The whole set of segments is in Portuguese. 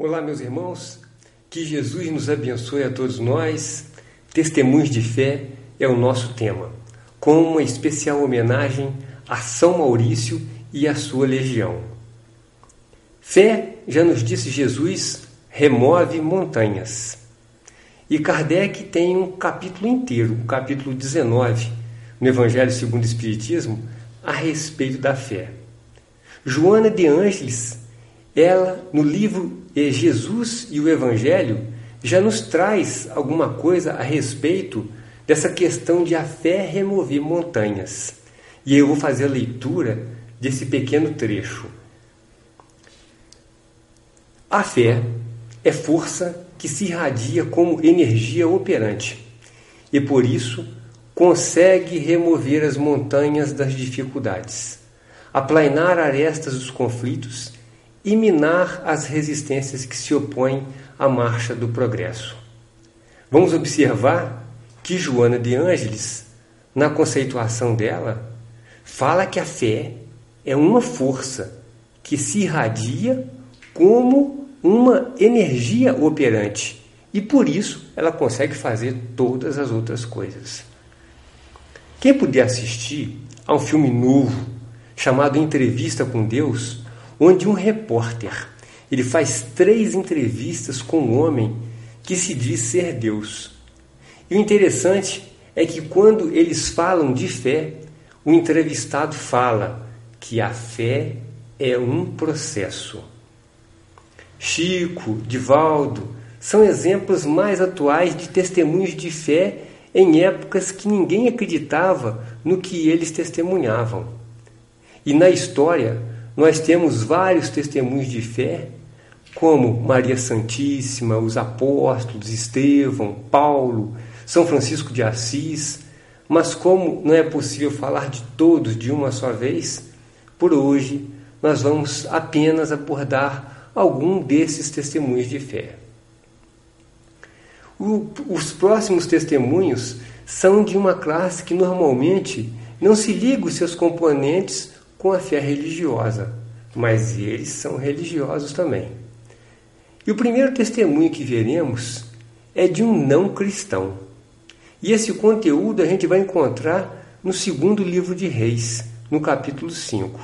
Olá, meus irmãos, que Jesus nos abençoe a todos nós. Testemunhos de fé é o nosso tema, com uma especial homenagem a São Maurício e a sua legião. Fé, já nos disse Jesus, remove montanhas. E Kardec tem um capítulo inteiro, o capítulo 19, no Evangelho segundo o Espiritismo, a respeito da fé. Joana de Ângeles, ela, no livro Jesus e o Evangelho, já nos traz alguma coisa a respeito dessa questão de a fé remover montanhas. E eu vou fazer a leitura desse pequeno trecho. A fé é força que se irradia como energia operante e, por isso, consegue remover as montanhas das dificuldades, aplainar arestas dos conflitos e minar as resistências que se opõem à marcha do progresso. Vamos observar que Joana de Ângeles, na conceituação dela, fala que a fé é uma força que se irradia como uma energia operante e, por isso, ela consegue fazer todas as outras coisas. Quem puder assistir a um filme novo chamado Entrevista com Deus, onde um repórter ele faz 3 entrevistas com um homem que se diz ser Deus. E o interessante é que quando eles falam de fé, o entrevistado fala que a fé é um processo. Chico, Divaldo, são exemplos mais atuais de testemunhos de fé em épocas que ninguém acreditava no que eles testemunhavam. E na história, nós temos vários testemunhos de fé, como Maria Santíssima, os apóstolos, Estevão, Paulo, São Francisco de Assis, mas como não é possível falar de todos de uma só vez, por hoje nós vamos apenas abordar algum desses testemunhos de fé. Os próximos testemunhos são de uma classe que normalmente não se liga os seus componentes com a fé religiosa, mas eles são religiosos também. E o primeiro testemunho que veremos é de um não cristão. E esse conteúdo a gente vai encontrar no segundo livro de Reis, no capítulo 5.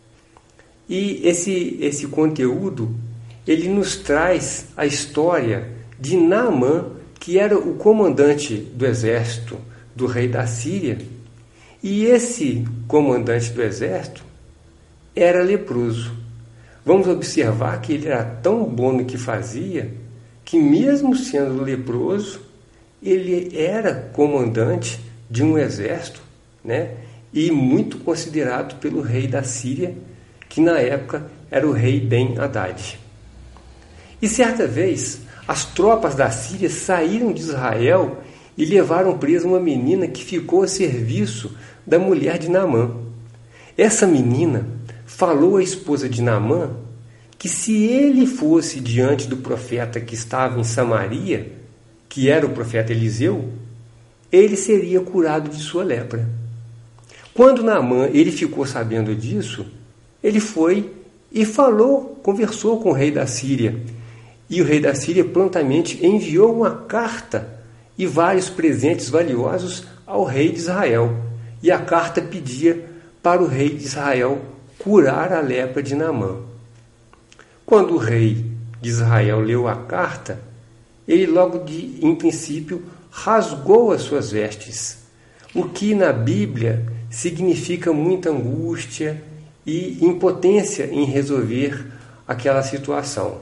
E esse conteúdo, ele nos traz a história de Naamã, que era o comandante do exército do rei da Síria, e esse comandante do exército era leproso. Vamos observar que ele era tão bom no que fazia, que mesmo sendo leproso, ele era comandante de um exército, né? E muito considerado pelo rei da Síria, que na época era o rei Ben-Hadad. E certa vez, as tropas da Síria saíram de Israel e levaram presa uma menina que ficou a serviço da mulher de Naamã. Essa menina falou à esposa de Naamã que se ele fosse diante do profeta que estava em Samaria, que era o profeta Eliseu, ele seria curado de sua lepra. Quando Naamã ele ficou sabendo disso, ele foi e conversou com o rei da Síria. E o rei da Síria prontamente enviou uma carta e vários presentes valiosos ao rei de Israel. E a carta pedia para o rei de Israel curar a lepra de Naamã. Quando o rei de Israel leu a carta, ele logo em princípio rasgou as suas vestes, o que na Bíblia significa muita angústia e impotência em resolver aquela situação.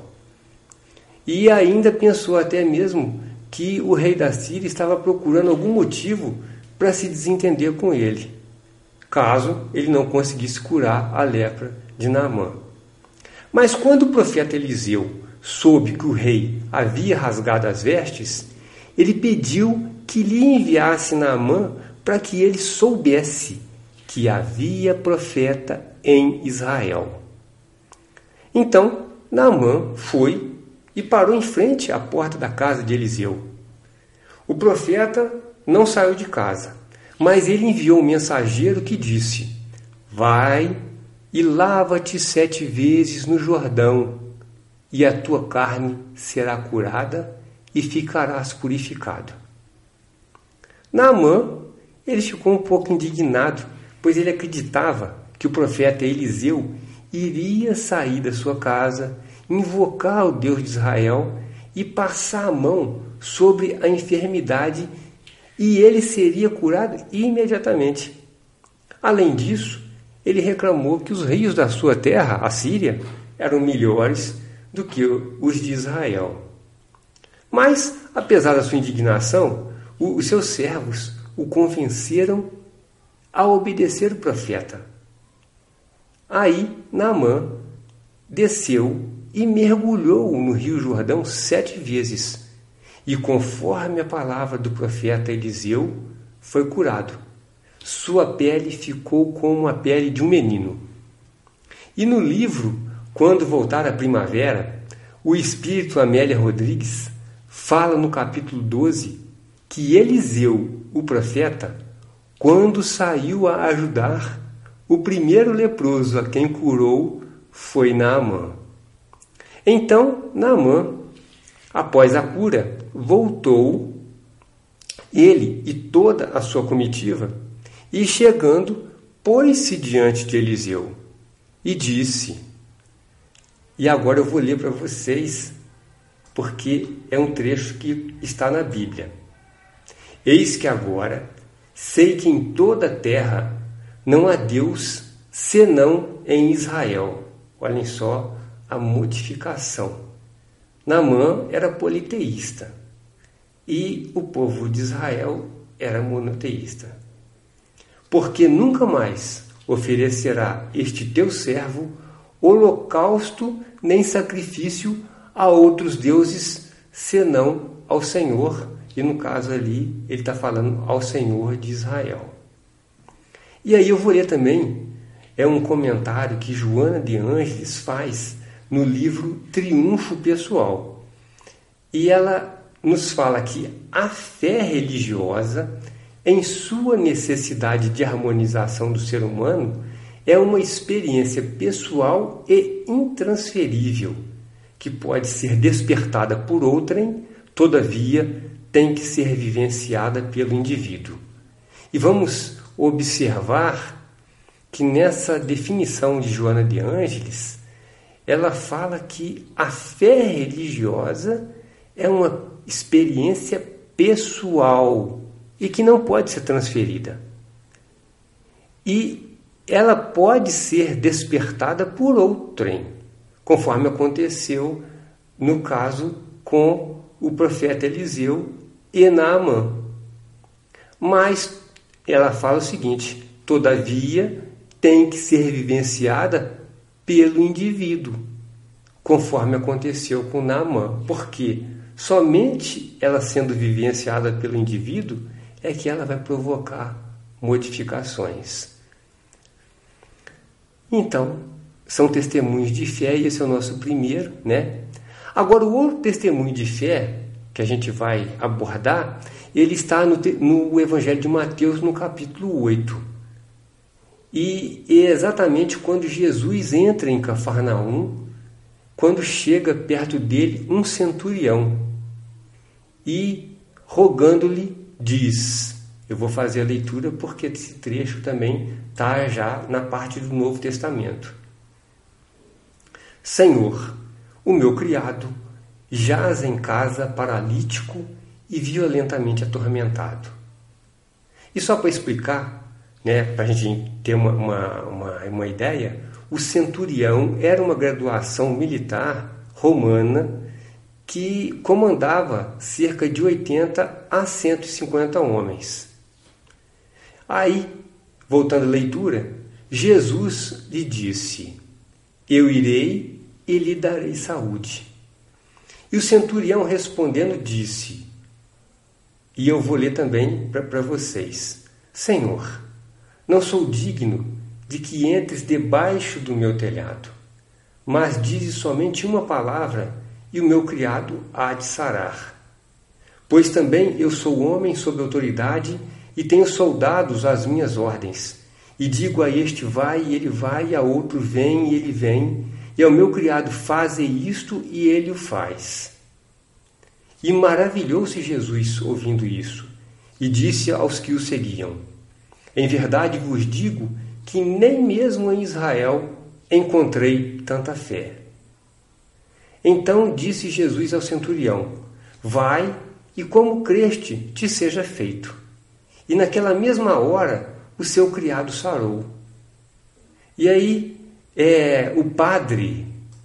E ainda pensou até mesmo que o rei da Síria estava procurando algum motivo para se desentender com ele, caso ele não conseguisse curar a lepra de Naamã. Mas quando o profeta Eliseu soube que o rei havia rasgado as vestes, ele pediu que lhe enviasse Naamã para que ele soubesse que havia profeta em Israel. Então, Naamã foi e parou em frente à porta da casa de Eliseu. O profeta não saiu de casa, mas ele enviou um mensageiro que disse: vai e lava-te 7 vezes no Jordão, e a tua carne será curada e ficarás purificado. Naamã, ele ficou um pouco indignado, pois ele acreditava que o profeta Eliseu iria sair da sua casa, invocar o Deus de Israel e passar a mão sobre a enfermidade e ele seria curado imediatamente. Além disso, ele reclamou que os rios da sua terra, a Síria, eram melhores do que os de Israel. Mas, apesar da sua indignação, os seus servos o convenceram a obedecer o profeta. Aí, Naamã desceu e mergulhou no rio Jordão 7 vezes, e conforme a palavra do profeta Eliseu, foi curado. Sua pele ficou como a pele de um menino. E no livro Quando Voltar a Primavera, o espírito Amélia Rodrigues fala no capítulo 12 que Eliseu, o profeta, quando saiu a ajudar, o primeiro leproso a quem curou foi Naamã. Então, Naamã, após a cura, voltou, ele e toda a sua comitiva, e chegando, pôs-se diante de Eliseu e disse, e agora eu vou ler para vocês, porque é um trecho que está na Bíblia. Eis que agora sei que em toda a terra não há Deus senão em Israel. Olhem só a modificação. Naamã era politeísta e o povo de Israel era monoteísta. Porque nunca mais oferecerá este teu servo holocausto nem sacrifício a outros deuses, senão ao Senhor. E no caso ali, ele está falando ao Senhor de Israel. E aí eu vou ler também, um comentário que Joana de Ângeles faz no livro Triunfo Pessoal. E ela nos fala que a fé religiosa, em sua necessidade de harmonização do ser humano, é uma experiência pessoal e intransferível, que pode ser despertada por outrem, todavia tem que ser vivenciada pelo indivíduo. E vamos observar que nessa definição de Joana de Ângeles, ela fala que a fé religiosa é uma experiência pessoal e que não pode ser transferida. E ela pode ser despertada por outrem, conforme aconteceu no caso com o profeta Eliseu e Naamã. Mas ela fala o seguinte, todavia tem que ser vivenciada pelo indivíduo, conforme aconteceu com Naamã, porque somente ela sendo vivenciada pelo indivíduo é que ela vai provocar modificações. Então, são testemunhos de fé e esse é o nosso primeiro, né? Agora, o outro testemunho de fé que a gente vai abordar, ele está no Evangelho de Mateus, no capítulo 8. E é exatamente quando Jesus entra em Cafarnaum, quando chega perto dele um centurião e, rogando-lhe, diz, eu vou fazer a leitura porque esse trecho também está já na parte do Novo Testamento. Senhor, o meu criado jaz em casa paralítico e violentamente atormentado. E só para explicar, né, para a gente ter uma ideia, o centurião era uma graduação militar romana que comandava cerca de 80 a 150 homens. Aí, voltando à leitura, Jesus lhe disse, eu irei e lhe darei saúde. E o centurião respondendo disse, e eu vou ler também para vocês, Senhor, não sou digno de que entres debaixo do meu telhado, mas dize somente uma palavra e o meu criado há de sarar. Pois também eu sou homem sob autoridade e tenho soldados às minhas ordens. E digo a este vai e ele vai, e a outro vem e ele vem, e ao meu criado faze isto, e ele o faz. E maravilhou-se Jesus ouvindo isso, e disse aos que o seguiam: em verdade vos digo que nem mesmo em Israel encontrei tanta fé. Então disse Jesus ao centurião: vai, e como creste, te seja feito. E naquela mesma hora o seu criado sarou. E aí o padre,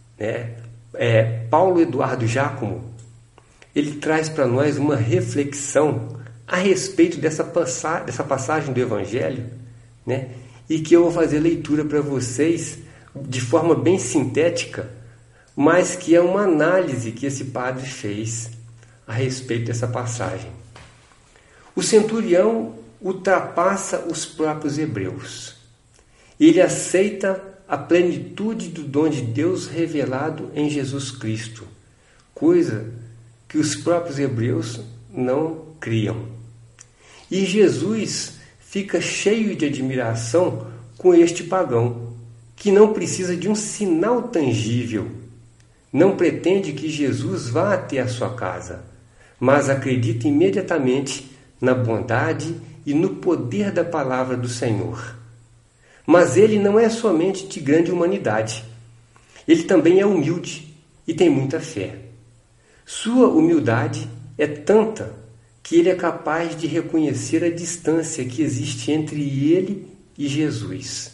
Paulo Eduardo Giacomo, ele traz para nós uma reflexão a respeito dessa passagem do Evangelho, e que eu vou fazer leitura para vocês de forma bem sintética, mas que é uma análise que esse padre fez a respeito dessa passagem. O centurião ultrapassa os próprios hebreus. Ele aceita a plenitude do dom de Deus revelado em Jesus Cristo, coisa que os próprios hebreus não criam. E Jesus fica cheio de admiração com este pagão, que não precisa de um sinal tangível, não pretende que Jesus vá até a sua casa, mas acredita imediatamente na bondade e no poder da palavra do Senhor. Mas ele não é somente de grande humanidade. Ele também é humilde e tem muita fé. Sua humildade é tanta que ele é capaz de reconhecer a distância que existe entre ele e Jesus.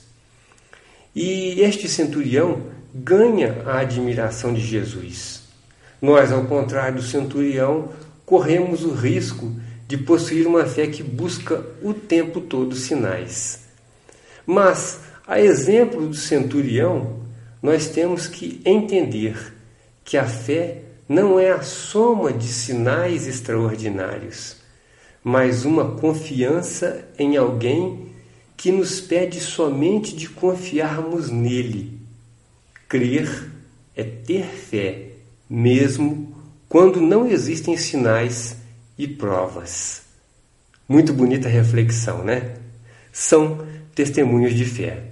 E este centurião ganha a admiração de Jesus. Nós, ao contrário do centurião, corremos o risco de possuir uma fé que busca o tempo todo sinais. Mas, a exemplo do centurião, nós temos que entender que a fé não é a soma de sinais extraordinários, mas uma confiança em alguém que nos pede somente de confiarmos nele. Crer é ter fé, mesmo quando não existem sinais e provas. Muito bonita reflexão, né? São testemunhos de fé.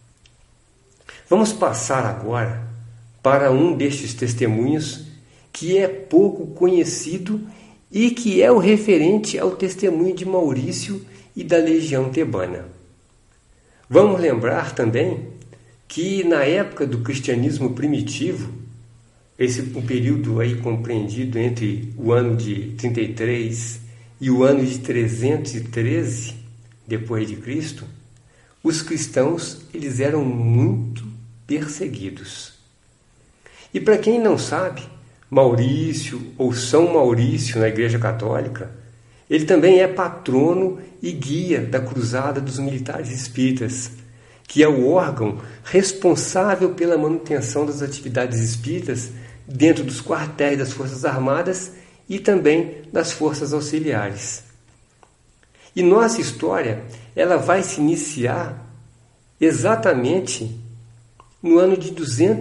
Vamos passar agora para um destes testemunhos que é pouco conhecido e que é o referente ao testemunho de Maurício e da Legião Tebana. Vamos lembrar também que na época do cristianismo primitivo, um período aí compreendido entre o ano de 33 e o ano de 313 depois de Cristo, os cristãos eles eram muito perseguidos. E para quem não sabe, Maurício ou São Maurício na Igreja Católica, ele também é patrono e guia da Cruzada dos Militares Espíritas, que é o órgão responsável pela manutenção das atividades espíritas dentro dos quartéis das Forças Armadas e também das Forças Auxiliares. E nossa história, ela vai se iniciar exatamente no ano de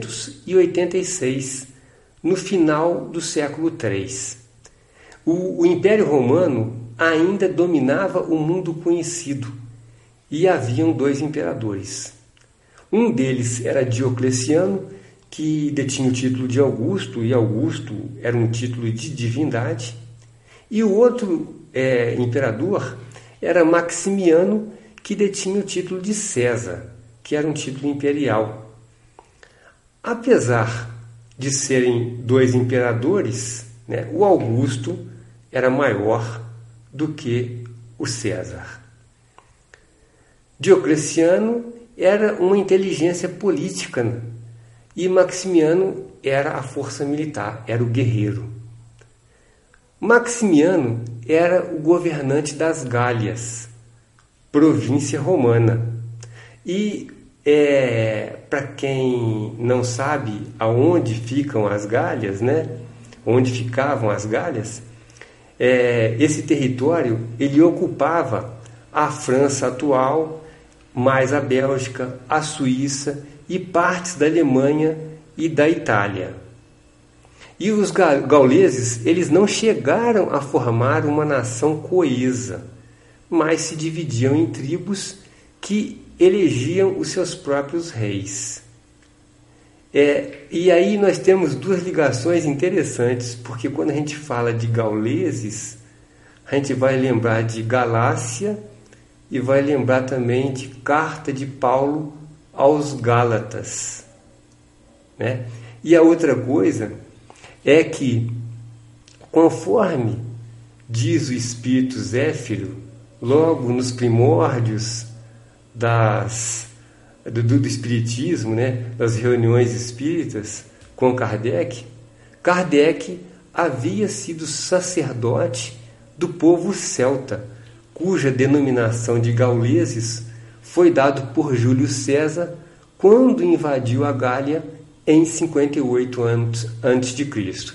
286, no final do século III. O Império Romano ainda dominava o mundo conhecido e haviam 2 imperadores. Um deles era Diocleciano, que detinha o título de Augusto, e Augusto era um título de divindade, e o outro imperador era Maximiano, que detinha o título de César, que era um título imperial. Apesar de serem 2 imperadores, o Augusto era maior do que o César. Diocleciano era uma inteligência política e Maximiano era a força militar, era o guerreiro. Maximiano era o governante das Gálias, província romana. E para quem não sabe aonde ficam as Gálias, onde ficavam as Gálias, esse território ele ocupava a França atual, mais a Bélgica, a Suíça e partes da Alemanha e da Itália. E os gauleses, eles não chegaram a formar uma nação coesa, mas se dividiam em tribos que elegiam os seus próprios reis. E aí nós temos duas ligações interessantes, porque quando a gente fala de gauleses, a gente vai lembrar de Galácia e vai lembrar também de carta de Paulo aos Gálatas, né? E a outra coisa é que, conforme diz o Espírito Zéfiro, logo nos primórdios do Espiritismo, né, das reuniões espíritas com Kardec, Kardec havia sido sacerdote do povo celta, cuja denominação de gauleses foi dado por Júlio César quando invadiu a Gália em 58 anos antes de Cristo.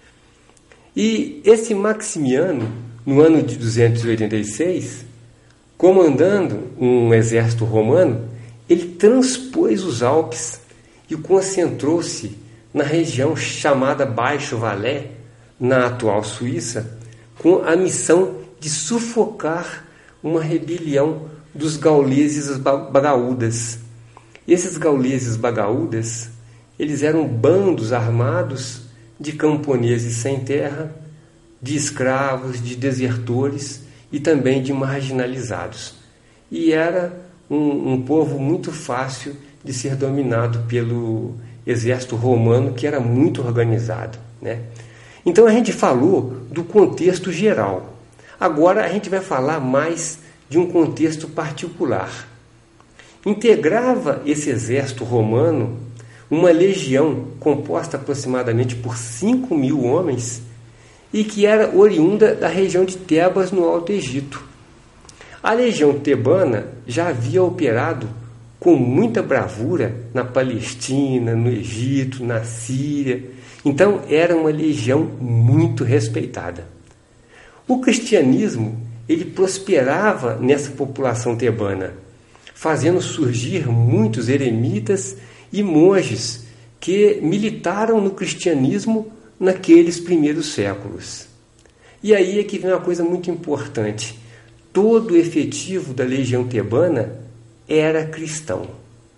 E esse Maximiano, no ano de 286, comandando um exército romano, ele transpôs os Alpes e concentrou-se na região chamada Baixo Valais, na atual Suíça, com a missão de sufocar uma rebelião dos gauleses bagaúdas. Esses gauleses bagaúdas, eles eram bandos armados de camponeses sem terra, de escravos, de desertores e também de marginalizados. E era um povo muito fácil de ser dominado pelo exército romano, que era muito organizado, né? Então a gente falou do contexto geral. Agora a gente vai falar mais de um contexto particular. Integrava esse exército romano uma legião composta aproximadamente por 5.000 homens e que era oriunda da região de Tebas, no Alto Egito. A legião tebana já havia operado com muita bravura na Palestina, no Egito, na Síria. Então era uma legião muito respeitada. O cristianismo, ele prosperava nessa população tebana, fazendo surgir muitos eremitas e monges que militaram no cristianismo naqueles primeiros séculos. E aí é que vem uma coisa muito importante. Todo o efetivo da legião tebana era cristão.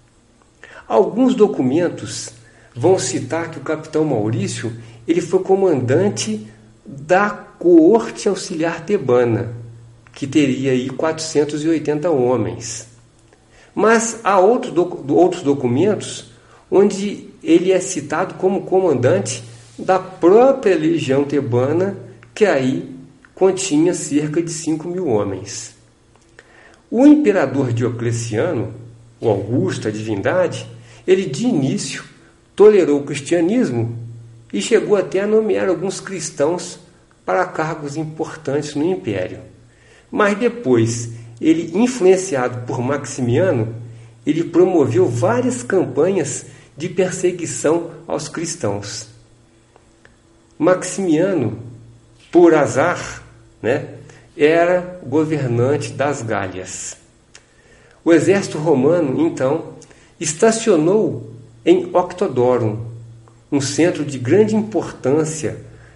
Alguns documentos vão citar que o capitão Maurício ele foi comandante da coorte auxiliar tebana, que teria aí 480 homens. Mas há outros documentos onde ele é citado como comandante da própria legião tebana, que aí continha cerca de 5.000 homens. O imperador Diocleciano, o Augusto, a divindade, ele de início tolerou o cristianismo e chegou até a nomear alguns cristãos para cargos importantes no império. Mas depois, ele, influenciado por Maximiano, ele promoveu várias campanhas de perseguição aos cristãos. Maximiano, por azar, né, era governante das Gálias. O exército romano, então, estacionou em Octodorum, um centro de grande importância,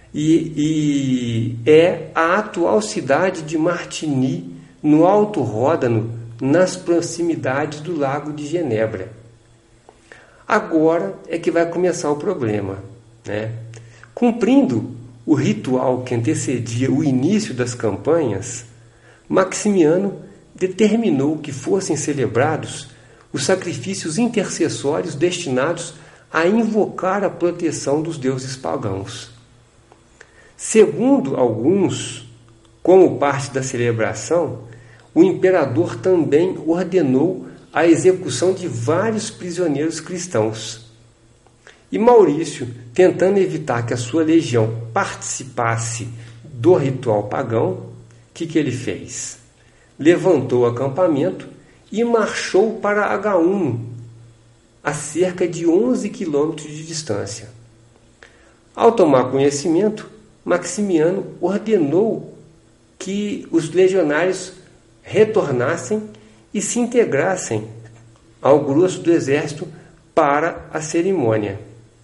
e é a atual cidade de Martigny, no Alto Ródano, nas proximidades do Lago de Genebra. Agora é que vai começar o problema, né? Cumprindo o ritual que antecedia o início das campanhas, Maximiano determinou que fossem celebrados os sacrifícios intercessórios destinados a invocar a proteção dos deuses pagãos. Segundo alguns, como parte da celebração, o imperador também ordenou a execução de vários prisioneiros cristãos. E Maurício, tentando evitar que a sua legião participasse do ritual pagão, o que ele fez? Levantou o acampamento e marchou para Agaúno, a cerca de 11 quilômetros de distância. Ao tomar conhecimento, Maximiano ordenou que os legionários retornassem e se integrassem ao grosso do exército para a cerimônia.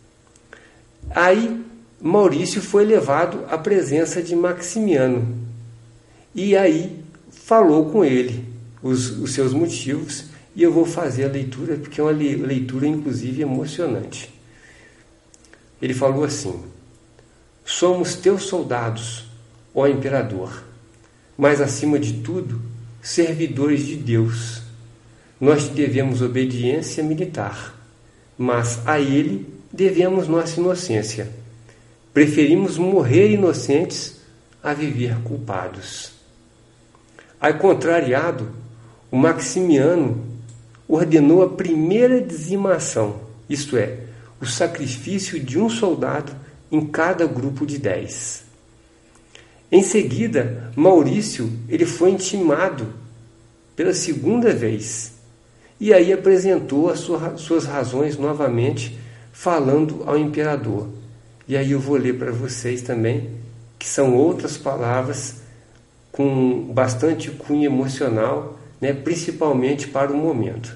Aí Maurício foi levado à presença de Maximiano e aí falou com ele os seus motivos, e eu vou fazer a leitura porque é uma leitura inclusive emocionante. ele falou assim: somos teus soldados, ó imperador, mas acima de tudo, servidores de Deus. Nós te devemos obediência militar, mas a ele devemos nossa inocência. Preferimos morrer inocentes a viver culpados. Aí, contrariado, o Maximiano ordenou a primeira dizimação, isto é, o sacrifício de um soldado em cada grupo de 10. Em seguida, Maurício ele foi intimado pela segunda vez e aí apresentou as suas razões novamente, falando ao imperador. E aí eu vou ler para vocês também, que são outras palavras com bastante cunho emocional, né, principalmente para o momento.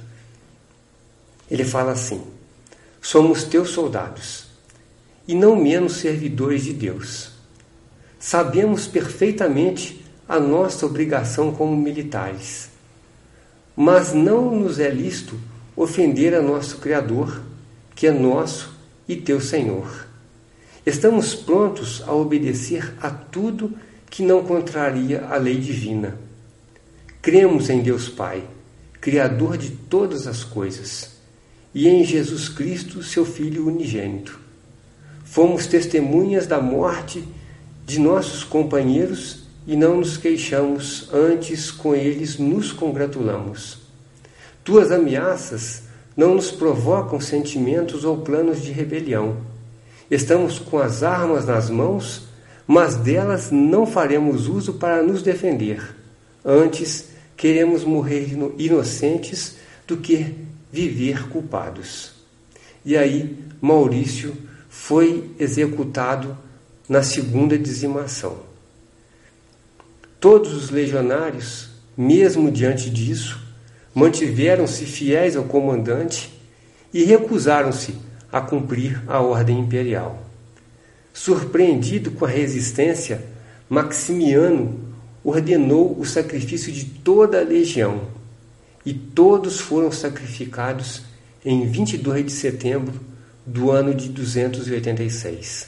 Ele fala assim: somos teus soldados, e não menos servidores de Deus. Sabemos perfeitamente a nossa obrigação como militares, mas não nos é lícito ofender a nosso Criador, que é nosso e teu Senhor. Estamos prontos a obedecer a tudo que não contraria a lei divina. Cremos em Deus Pai, Criador de todas as coisas, e em Jesus Cristo, seu Filho unigênito. Fomos testemunhas da morte de nossos companheiros e não nos queixamos, antes com eles nos congratulamos. Tuas ameaças não nos provocam sentimentos ou planos de rebelião. Estamos com as armas nas mãos, mas delas não faremos uso para nos defender. Antes, queremos morrer inocentes do que viver culpados. E aí, Maurício foi executado na segunda dizimação. Todos os legionários, mesmo diante disso, mantiveram-se fiéis ao comandante e recusaram-se a cumprir a ordem imperial. Surpreendido com a resistência, Maximiano ordenou o sacrifício de toda a legião, e todos foram sacrificados em 22 de setembro do ano de 286.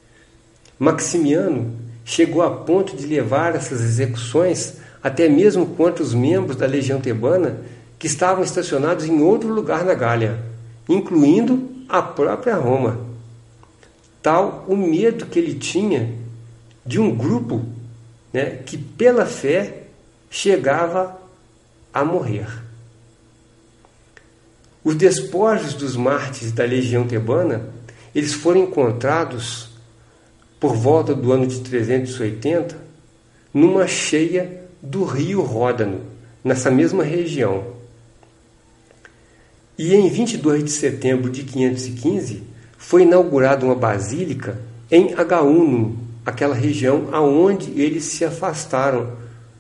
Maximiano chegou a ponto de levar essas execuções até mesmo contra os membros da legião tebana que estavam estacionados em outro lugar na Gália, incluindo a própria Roma. Tal o medo que ele tinha de um grupo, né, que pela fé chegava a morrer. Os despojos dos mártires da legião tebana, eles foram encontrados por volta do ano de 380, numa cheia do rio Ródano, nessa mesma região. E em 22 de setembro de 515, foi inaugurada uma basílica em Agaúnum, aquela região aonde eles se afastaram.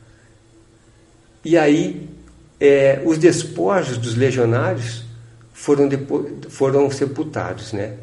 E aí, os despojos dos legionários foram sepultados, né?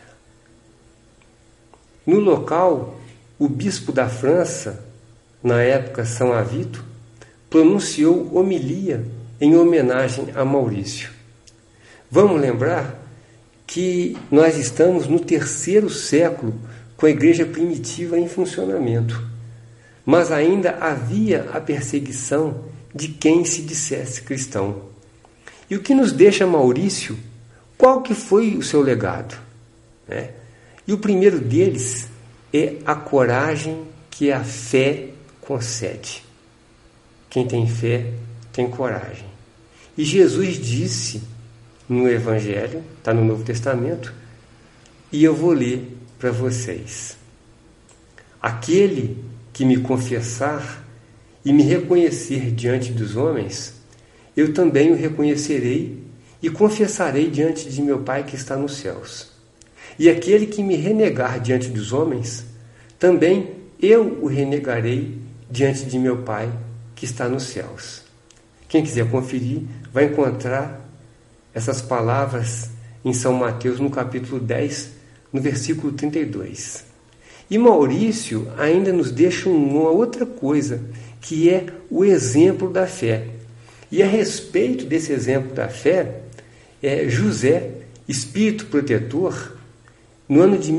No local, o bispo da França, na época São Avito, pronunciou homilia em homenagem a Maurício. Vamos lembrar que nós estamos no 3º século com a igreja primitiva em funcionamento, mas ainda havia a perseguição de quem se dissesse cristão. E o que nos deixa Maurício? Qual que foi o seu legado? E o primeiro deles é a coragem que a fé concede. Quem tem fé tem coragem. E Jesus disse no Evangelho, está no Novo Testamento, e eu vou ler para vocês: aquele que me confessar e me reconhecer diante dos homens, eu também o reconhecerei e confessarei diante de meu Pai que está nos céus. E aquele que me renegar diante dos homens, também eu o renegarei diante de meu Pai que está nos céus. Quem quiser conferir, vai encontrar essas palavras em São Mateus, no capítulo 10, no versículo 32. E Maurício ainda nos deixa uma outra coisa, que é o exemplo da fé. E a respeito desse exemplo da fé, José, espírito protetor, no ano de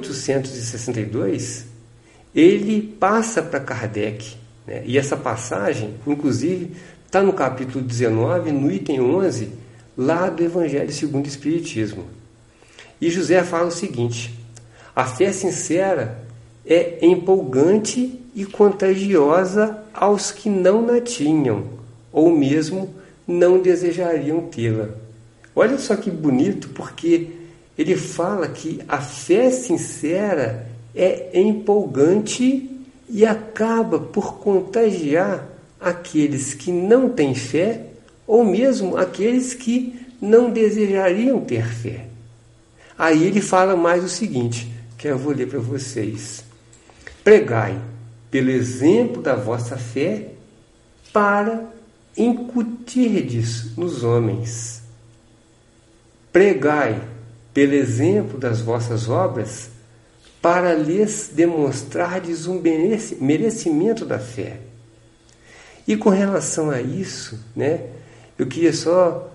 1862, ele passa para Kardec, né? E essa passagem, inclusive, está no capítulo 19, no item 11, lá do Evangelho segundo o Espiritismo. E José fala o seguinte: a fé sincera é empolgante e contagiosa aos que não na tinham, ou mesmo não desejariam tê-la. Olha só que bonito, porque ele fala que a fé sincera é empolgante e acaba por contagiar aqueles que não têm fé, ou mesmo aqueles que não desejariam ter fé. Aí ele fala mais o seguinte, que eu vou ler para vocês: pregai pelo exemplo da vossa fé para incutirdes nos homens. Pregai pelo exemplo das vossas obras para lhes demonstrardes um merecimento da fé. E com relação a isso, né, eu queria só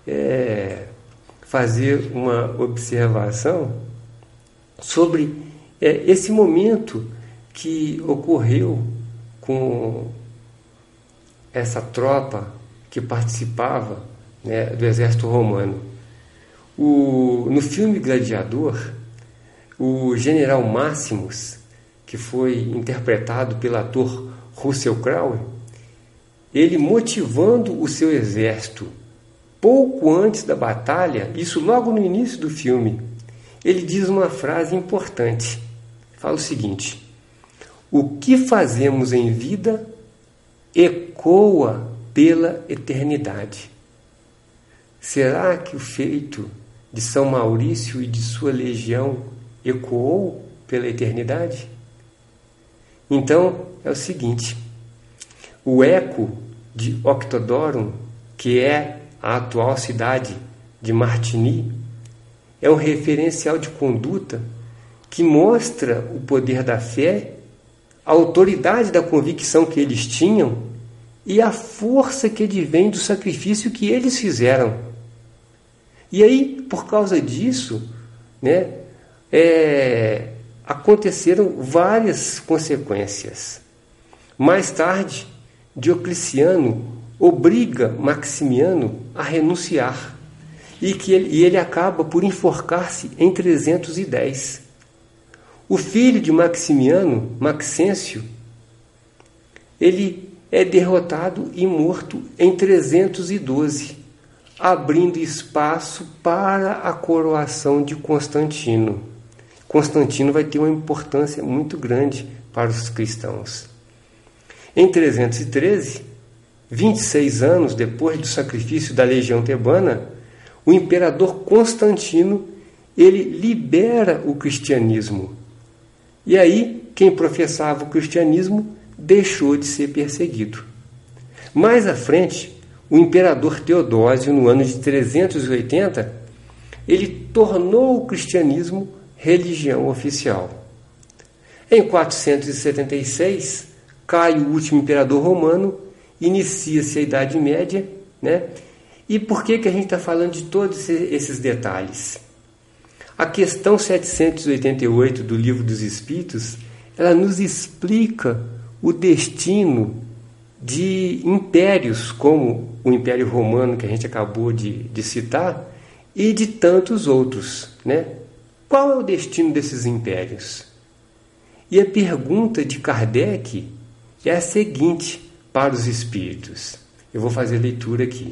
fazer uma observação sobre esse momento que ocorreu com essa tropa que participava, né, do exército romano. No filme Gladiador, o general Máximos, que foi interpretado pelo ator Russell Crowe, ele motivando o seu exército pouco antes da batalha, isso logo no início do filme, ele diz uma frase importante. Fala o seguinte: o que fazemos em vida ecoa pela eternidade. Será que o feito de São Maurício e de sua legião ecoou pela eternidade? Então, é o seguinte: o eco de Octodorum, que é a atual cidade de Martigny, é um referencial de conduta que mostra o poder da fé, a autoridade da convicção que eles tinham e a força que advém do sacrifício que eles fizeram. E aí, por causa disso, né, aconteceram várias consequências. Mais tarde, Diocleciano obriga Maximiano a renunciar e ele acaba por enforcar-se em 310. O filho de Maximiano, Maxêncio, ele é derrotado e morto em 312, abrindo espaço para a coroação de Constantino. Constantino vai ter uma importância muito grande para os cristãos. Em 313, 26 anos depois do sacrifício da legião tebana, o imperador Constantino, ele libera o cristianismo. E aí, quem professava o cristianismo deixou de ser perseguido. Mais à frente, o imperador Teodósio, no ano de 380, ele tornou o cristianismo religião oficial. Em 476, cai o último imperador romano, inicia-se a Idade Média, né? E por que a gente está falando de todos esses detalhes? A questão 788 do Livro dos Espíritos, ela nos explica o destino de impérios como o Império Romano, que a gente acabou de citar, e de tantos outros, né? Qual é o destino desses impérios? E a pergunta de Kardec é a seguinte para os espíritos. Eu vou fazer a leitura aqui.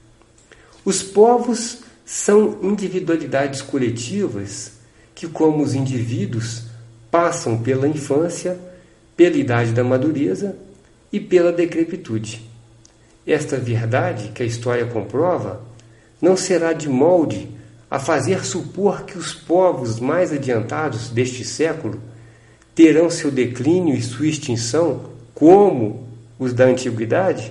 Os povos são individualidades coletivas que, como os indivíduos, passam pela infância, pela idade da madureza e pela decrepitude. Esta verdade, que a história comprova, não será de molde a fazer supor que os povos mais adiantados deste século terão seu declínio e sua extinção como os da antiguidade?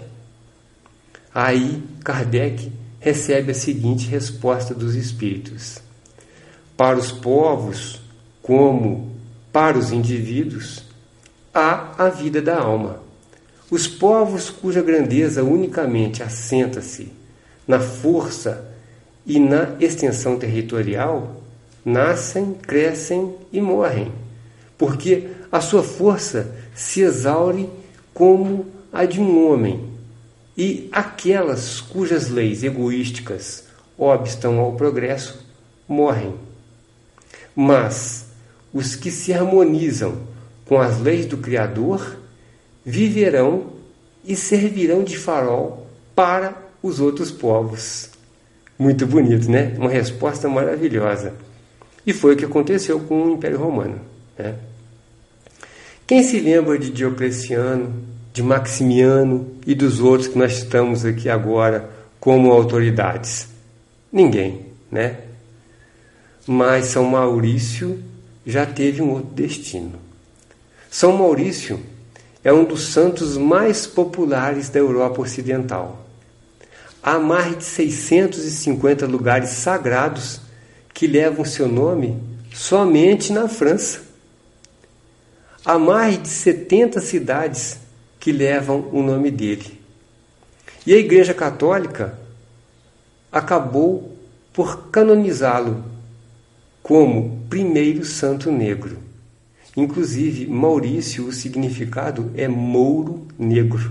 Aí Kardec recebe a seguinte resposta dos espíritos: para os povos, como para os indivíduos, há a vida da alma. Os povos cuja grandeza unicamente assenta-se na força e na extensão territorial nascem, crescem e morrem, porque a sua força se exaure como a de um homem, e aquelas cujas leis egoísticas obstam ao progresso morrem. Mas os que se harmonizam com as leis do Criador viverão e servirão de farol para os outros povos. Muito bonito, né? Uma resposta maravilhosa. E foi o que aconteceu com o Império Romano, né? Quem se lembra de Diocleciano, de Maximiano e dos outros que nós estamos aqui agora como autoridades? Ninguém, né? Mas São Maurício já teve um outro destino. São Maurício é um dos santos mais populares da Europa Ocidental. Há mais de 650 lugares sagrados que levam seu nome somente na França. Há mais de 70 cidades que levam o nome dele. E a Igreja Católica acabou por canonizá-lo como primeiro santo negro. Inclusive, Maurício, o significado é mouro negro.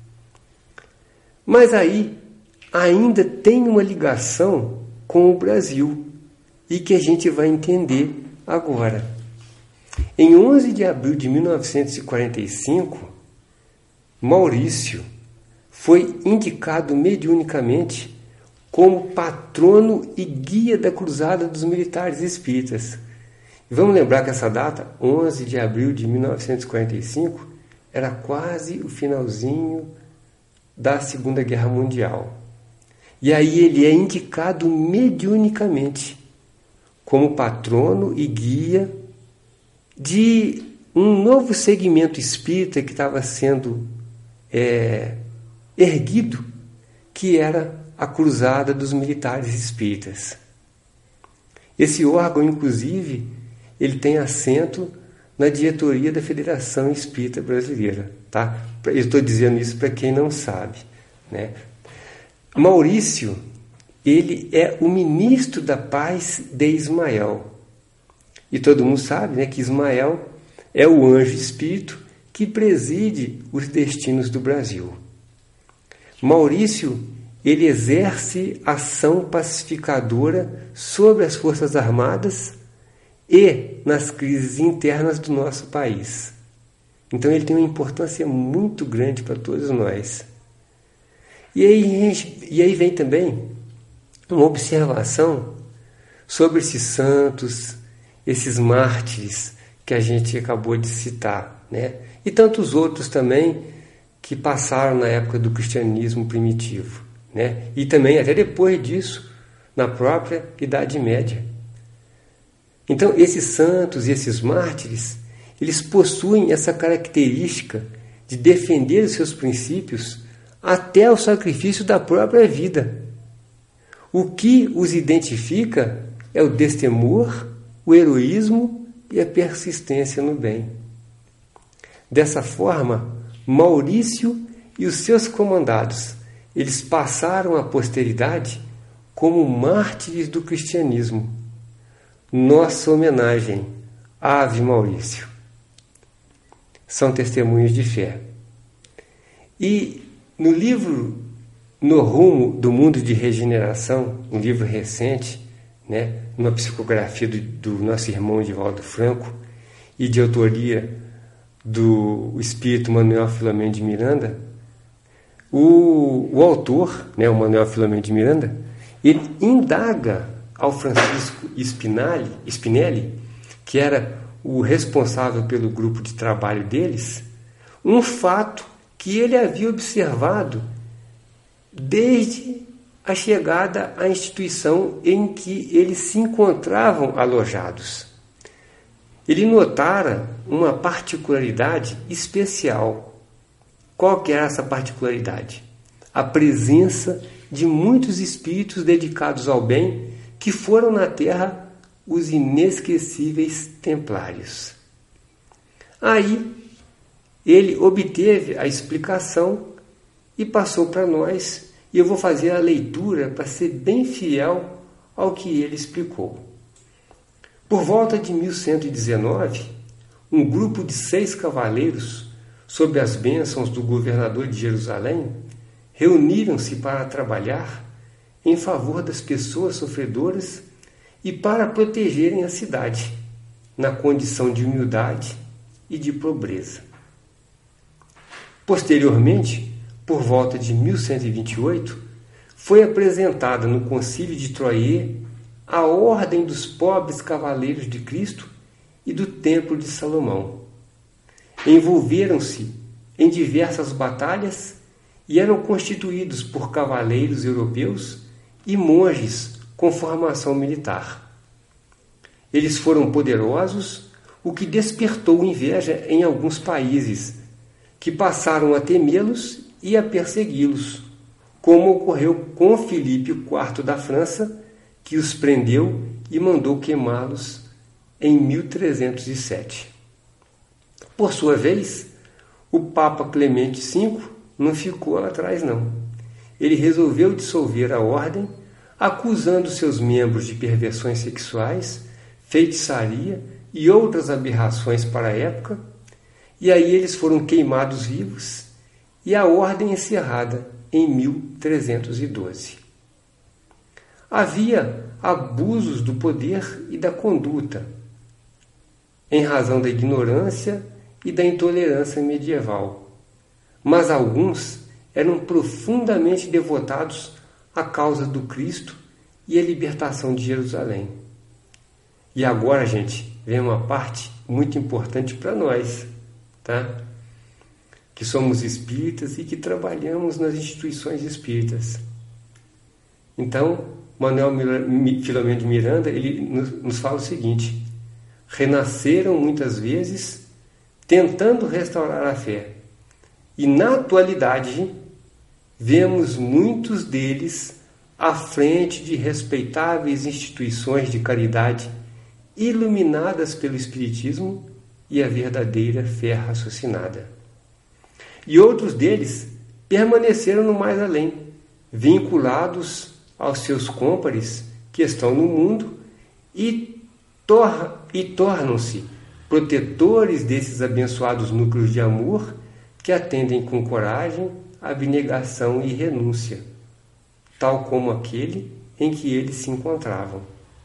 Mas aí ainda tem uma ligação com o Brasil e que a gente vai entender agora. Em 11 de abril de 1945, Maurício foi indicado mediunicamente como patrono e guia da Cruzada dos Militares Espíritas. E vamos lembrar que essa data, 11 de abril de 1945, era quase o finalzinho da Segunda Guerra Mundial. E aí ele é indicado mediunicamente como patrono e guia de um novo segmento espírita que estava sendo erguido, que era a Cruzada dos Militares Espíritas. Esse órgão, inclusive, ele tem assento na diretoria da Federação Espírita Brasileira, tá? Eu estou dizendo isso para quem não sabe, né? Maurício, ele é o ministro da paz de Ismael. E todo mundo sabe, né, que Ismael é o anjo espírito que preside os destinos do Brasil. Maurício, ele exerce ação pacificadora sobre as Forças Armadas e nas crises internas do nosso país. Então ele tem uma importância muito grande para todos nós. E aí vem também uma observação sobre esses santos, esses mártires que a gente acabou de citar, né? E tantos outros também que passaram na época do cristianismo primitivo, né? E também até depois disso, na própria Idade Média. Então, esses santos e esses mártires, eles possuem essa característica de defender os seus princípios até o sacrifício da própria vida. O que os identifica é o destemor, o heroísmo e a persistência no bem. Dessa forma, Maurício e os seus comandados, eles passaram à posteridade como mártires do cristianismo. Nossa homenagem, Ave Maurício. São testemunhos de fé. E no livro No Rumo do Mundo de Regeneração, um livro recente, né, uma psicografia do nosso irmão Divaldo Franco e de autoria do espírito Manuel Filomeno de Miranda, o autor, né, o Manuel Filomeno de Miranda, ele indaga ao Francisco Spinelli, que era o responsável pelo grupo de trabalho deles, um fato que ele havia observado desde a chegada à instituição em que eles se encontravam alojados. Ele notara uma particularidade especial. Qual que era essa particularidade? A presença de muitos espíritos dedicados ao bem que foram na Terra os inesquecíveis templários. Aí ele obteve a explicação e passou para nós, e eu vou fazer a leitura para ser bem fiel ao que ele explicou. Por volta de 1119, um grupo de 6 cavaleiros, sob as bênçãos do governador de Jerusalém, reuniram-se para trabalhar em favor das pessoas sofredoras e para protegerem a cidade, na condição de humildade e de pobreza. Posteriormente, por volta de 1128, foi apresentada no Concílio de Troyes a Ordem dos Pobres Cavaleiros de Cristo e do Templo de Salomão. Envolveram-se em diversas batalhas e eram constituídos por cavaleiros europeus e monges com formação militar. Eles foram poderosos, o que despertou inveja em alguns países, que passaram a temê-los e a persegui-los, como ocorreu com Filipe IV da França, que os prendeu e mandou queimá-los em 1307. Por sua vez, o Papa Clemente V não ficou atrás não. Ele resolveu dissolver a ordem, acusando seus membros de perversões sexuais, feitiçaria e outras aberrações para a época, e aí eles foram queimados vivos e a ordem encerrada em 1312. Havia abusos do poder e da conduta, em razão da ignorância e da intolerância medieval, mas alguns eram profundamente devotados à causa do Cristo e à libertação de Jerusalém. E agora, gente, vem uma parte muito importante para nós, tá? Que somos espíritas e que trabalhamos nas instituições espíritas. Então, Manuel Filomeno de Miranda, ele nos fala o seguinte: renasceram muitas vezes tentando restaurar a fé, e na atualidade vemos muitos deles à frente de respeitáveis instituições de caridade iluminadas pelo Espiritismo e a verdadeira fé raciocinada. E outros deles permaneceram no mais além, vinculados aos seus cômpares que estão no mundo e tornam-se protetores desses abençoados núcleos de amor que atendem com coragem, abnegação e renúncia, tal como aquele em que eles se encontravam.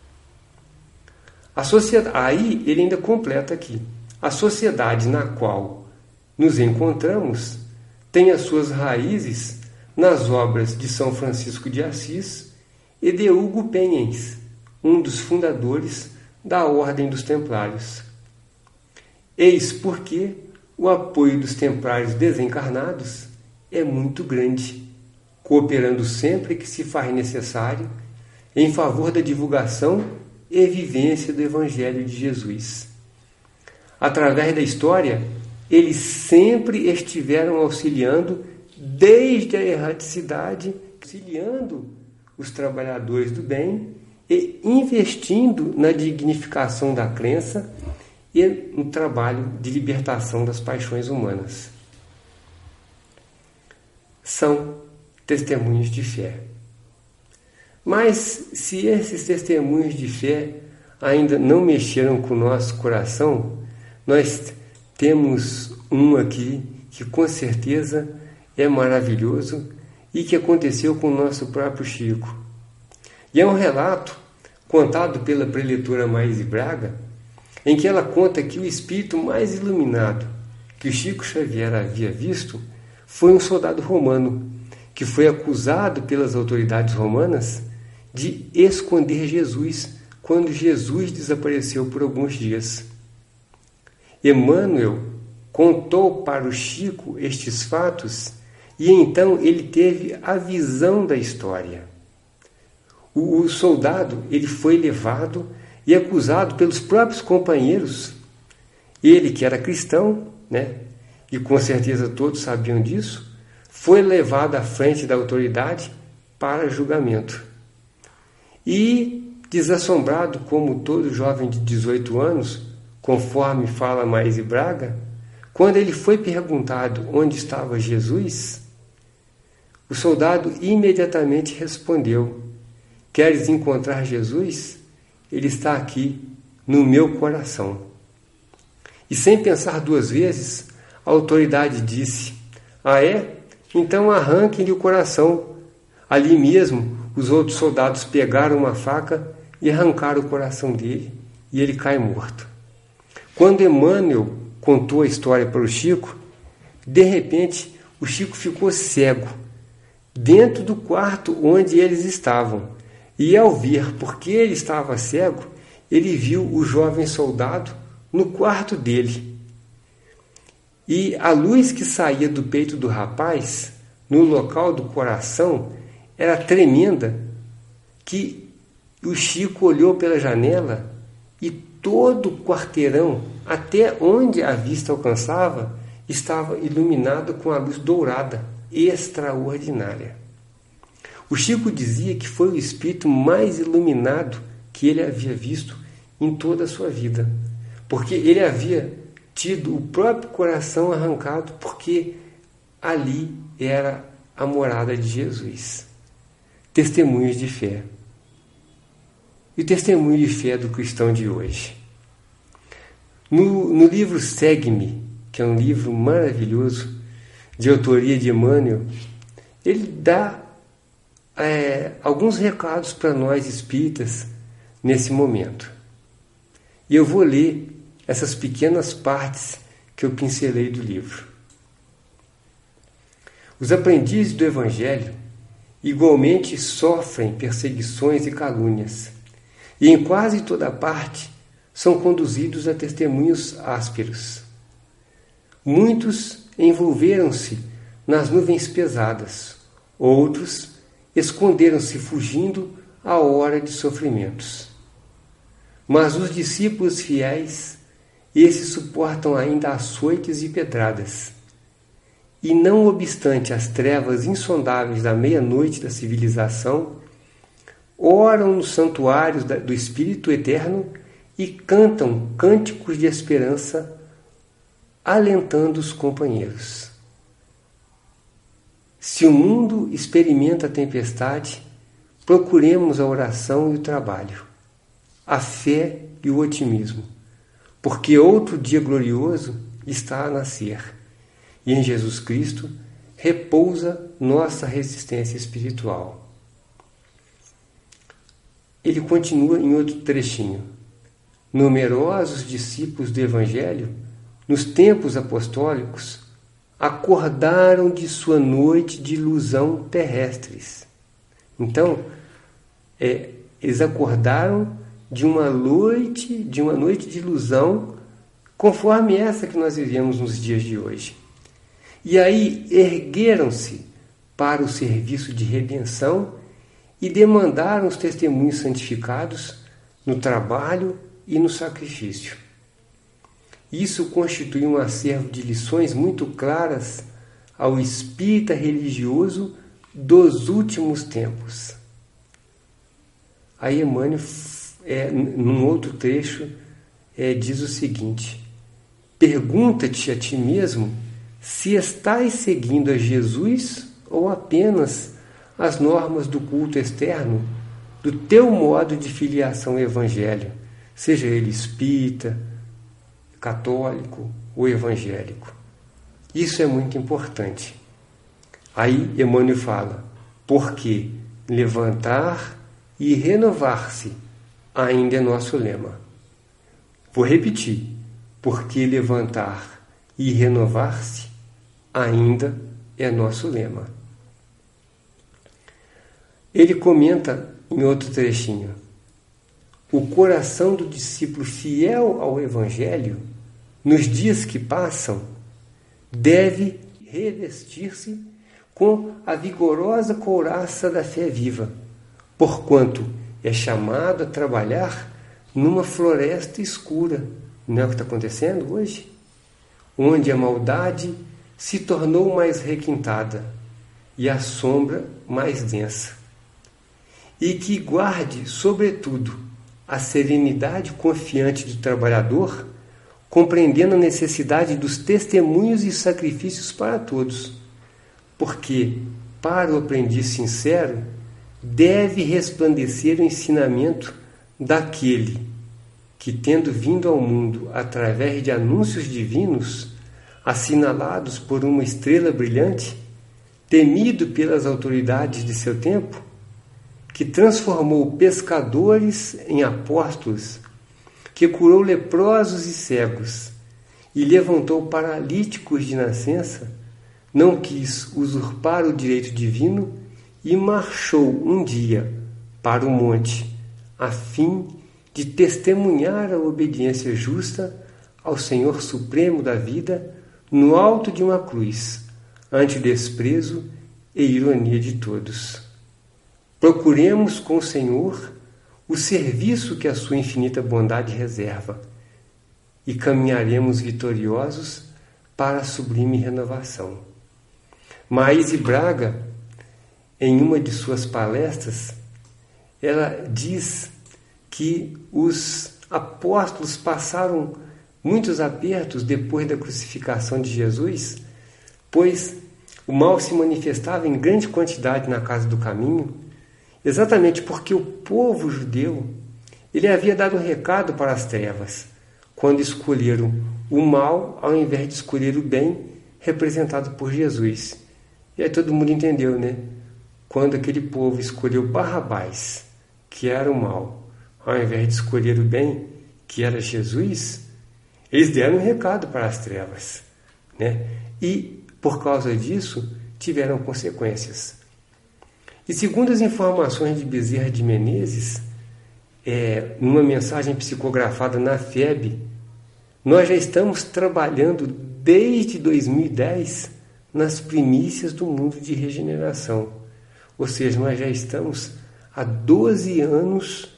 A sociedade, aí ele ainda completa aqui: a sociedade na qual nos encontramos tem as suas raízes nas obras de São Francisco de Assis e de Hugo Penhens, um dos fundadores da Ordem dos Templários. Eis porque o apoio dos templários desencarnados é muito grande, cooperando sempre que se faz necessário em favor da divulgação e vivência do Evangelho de Jesus. Através da história, eles sempre estiveram auxiliando desde a erraticidade, auxiliando os trabalhadores do bem e investindo na dignificação da crença e no trabalho de libertação das paixões humanas. São testemunhos de fé. Mas se esses testemunhos de fé ainda não mexeram com o nosso coração, nós temos um aqui que com certeza é maravilhoso e que aconteceu com o nosso próprio Chico. E é um relato contado pela preletora Maíse Braga, em que ela conta que o espírito mais iluminado que o Chico Xavier havia visto foi um soldado romano, que foi acusado pelas autoridades romanas de esconder Jesus quando Jesus desapareceu por alguns dias. Emmanuel contou para o Chico estes fatos e então ele teve a visão da história. O soldado ele foi levado e acusado pelos próprios companheiros. Ele, que era cristão, e com certeza todos sabiam disso, foi levado à frente da autoridade para julgamento. E, desassombrado como todo jovem de 18 anos, conforme fala Maíse Braga, quando ele foi perguntado onde estava Jesus, o soldado imediatamente respondeu: queres encontrar Jesus? Ele está aqui, no meu coração. E sem pensar duas vezes, a autoridade disse: ah é? Então arranquem-lhe o coração. Ali mesmo, os outros soldados pegaram uma faca e arrancaram o coração dele, e ele cai morto. Quando Emmanuel contou a história para o Chico, de repente o Chico ficou cego, dentro do quarto onde eles estavam. E ao ver porque ele estava cego, ele viu o jovem soldado no quarto dele. E a luz que saía do peito do rapaz, no local do coração, era tremenda, que o Chico olhou pela janela e todo o quarteirão, até onde a vista alcançava, estava iluminado com a luz dourada, extraordinária. O Chico dizia que foi o espírito mais iluminado que ele havia visto em toda a sua vida, porque ele havia tido o próprio coração arrancado, porque ali era a morada de Jesus. Testemunhos de fé. E o testemunho de fé do cristão de hoje. No livro Segue-me, que é um livro maravilhoso, de autoria de Emmanuel, ele dá alguns recados para nós espíritas nesse momento. E eu vou ler essas pequenas partes que eu pincelei do livro. Os aprendizes do Evangelho igualmente sofrem perseguições e calúnias, e em quase toda parte são conduzidos a testemunhos ásperos. Muitos envolveram-se nas nuvens pesadas, outros esconderam-se fugindo à hora de sofrimentos. Mas os discípulos fiéis, esses suportam ainda açoites e pedradas. E não obstante as trevas insondáveis da meia-noite da civilização, oram nos santuários do Espírito Eterno e cantam cânticos de esperança, alentando os companheiros. Se o mundo experimenta a tempestade, procuremos a oração e o trabalho, a fé e o otimismo, porque outro dia glorioso está a nascer, e em Jesus Cristo repousa nossa resistência espiritual. Ele continua em outro trechinho. Numerosos discípulos do Evangelho, nos tempos apostólicos, acordaram de sua noite de ilusão terrestres. Então, eles acordaram de uma noite de ilusão, conforme essa que nós vivemos nos dias de hoje. E aí ergueram-se para o serviço de redenção e demandaram os testemunhos santificados no trabalho e no sacrifício. Isso constitui um acervo de lições muito claras ao espírita religioso dos últimos tempos. Aí Emmanuel, num outro trecho, diz o seguinte: pergunta-te a ti mesmo se estás seguindo a Jesus ou apenas as normas do culto externo do teu modo de filiação ao Evangelho, seja ele espírita, católico ou evangélico. Isso é muito importante. Aí Emmanuel fala: porque levantar e renovar-se ainda é nosso lema. Vou repetir: porque levantar e renovar-se ainda é nosso lema. Ele comenta em outro trechinho: o coração do discípulo fiel ao Evangelho, nos dias que passam, deve revestir-se com a vigorosa couraça da fé viva, porquanto é chamado a trabalhar numa floresta escura. Não é o que está acontecendo hoje? Onde a maldade se tornou mais requintada e a sombra mais densa. E que guarde, sobretudo, a serenidade confiante do trabalhador, compreendendo a necessidade dos testemunhos e sacrifícios para todos, porque, para o aprendiz sincero, deve resplandecer o ensinamento daquele que, tendo vindo ao mundo através de anúncios divinos, assinalados por uma estrela brilhante, temido pelas autoridades de seu tempo, que transformou pescadores em apóstolos, que curou leprosos e cegos e levantou paralíticos de nascença, não quis usurpar o direito divino e marchou um dia para o monte, a fim de testemunhar a obediência justa ao Senhor Supremo da vida no alto de uma cruz, ante o desprezo e ironia de todos. Procuremos com o Senhor o serviço que a sua infinita bondade reserva e caminharemos vitoriosos para a sublime renovação. Maíse Braga, em uma de suas palestras, ela diz que os apóstolos passaram muitos apertos depois da crucificação de Jesus, pois o mal se manifestava em grande quantidade na casa do caminho, exatamente porque o povo judeu ele havia dado um recado para as trevas, quando escolheram o mal ao invés de escolher o bem, representado por Jesus. E aí todo mundo entendeu, né? Quando aquele povo escolheu Barrabás, que era o mal, ao invés de escolher o bem, que era Jesus, eles deram um recado para as trevas, né? E, por causa disso, tiveram consequências. E segundo as informações de Bezerra de Menezes, numa mensagem psicografada na FEB, nós já estamos trabalhando desde 2010 nas primícias do mundo de regeneração. Ou seja, nós já estamos há 12 anos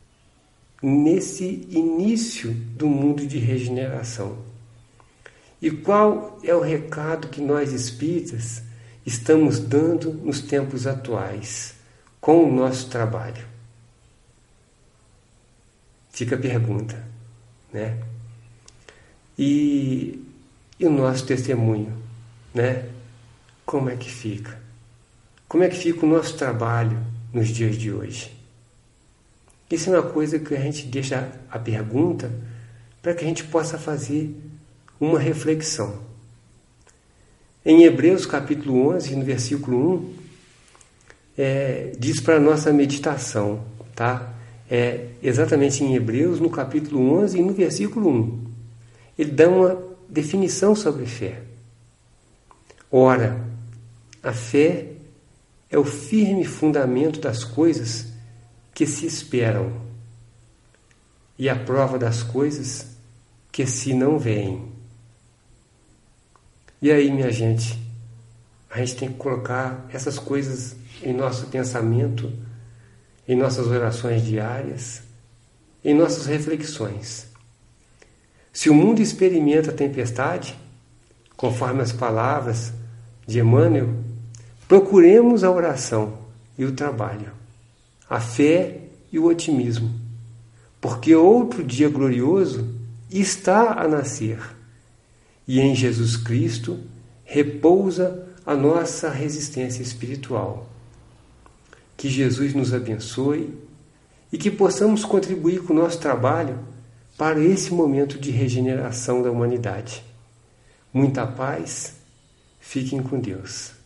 nesse início do mundo de regeneração. E qual é o recado que nós espíritas estamos dando nos tempos atuais com o nosso trabalho? Fica a pergunta, né? E o nosso testemunho, né? Como é que fica? Como é que fica o nosso trabalho nos dias de hoje? Isso é uma coisa que a gente deixa a pergunta para que a gente possa fazer uma reflexão. Em Hebreus capítulo 11, no versículo 1, diz para a nossa meditação, tá? Exatamente em Hebreus, no capítulo 11 e no versículo 1. Ele dá uma definição sobre fé. Ora, a fé é o firme fundamento das coisas que se esperam e a prova das coisas que se não veem. E aí, minha gente, a gente tem que colocar essas coisas em nosso pensamento, em nossas orações diárias, em nossas reflexões. Se o mundo experimenta a tempestade, conforme as palavras de Emmanuel, procuremos a oração e o trabalho, a fé e o otimismo, porque outro dia glorioso está a nascer e em Jesus Cristo repousa a nossa resistência espiritual. Que Jesus nos abençoe e que possamos contribuir com o nosso trabalho para esse momento de regeneração da humanidade. Muita paz, fiquem com Deus.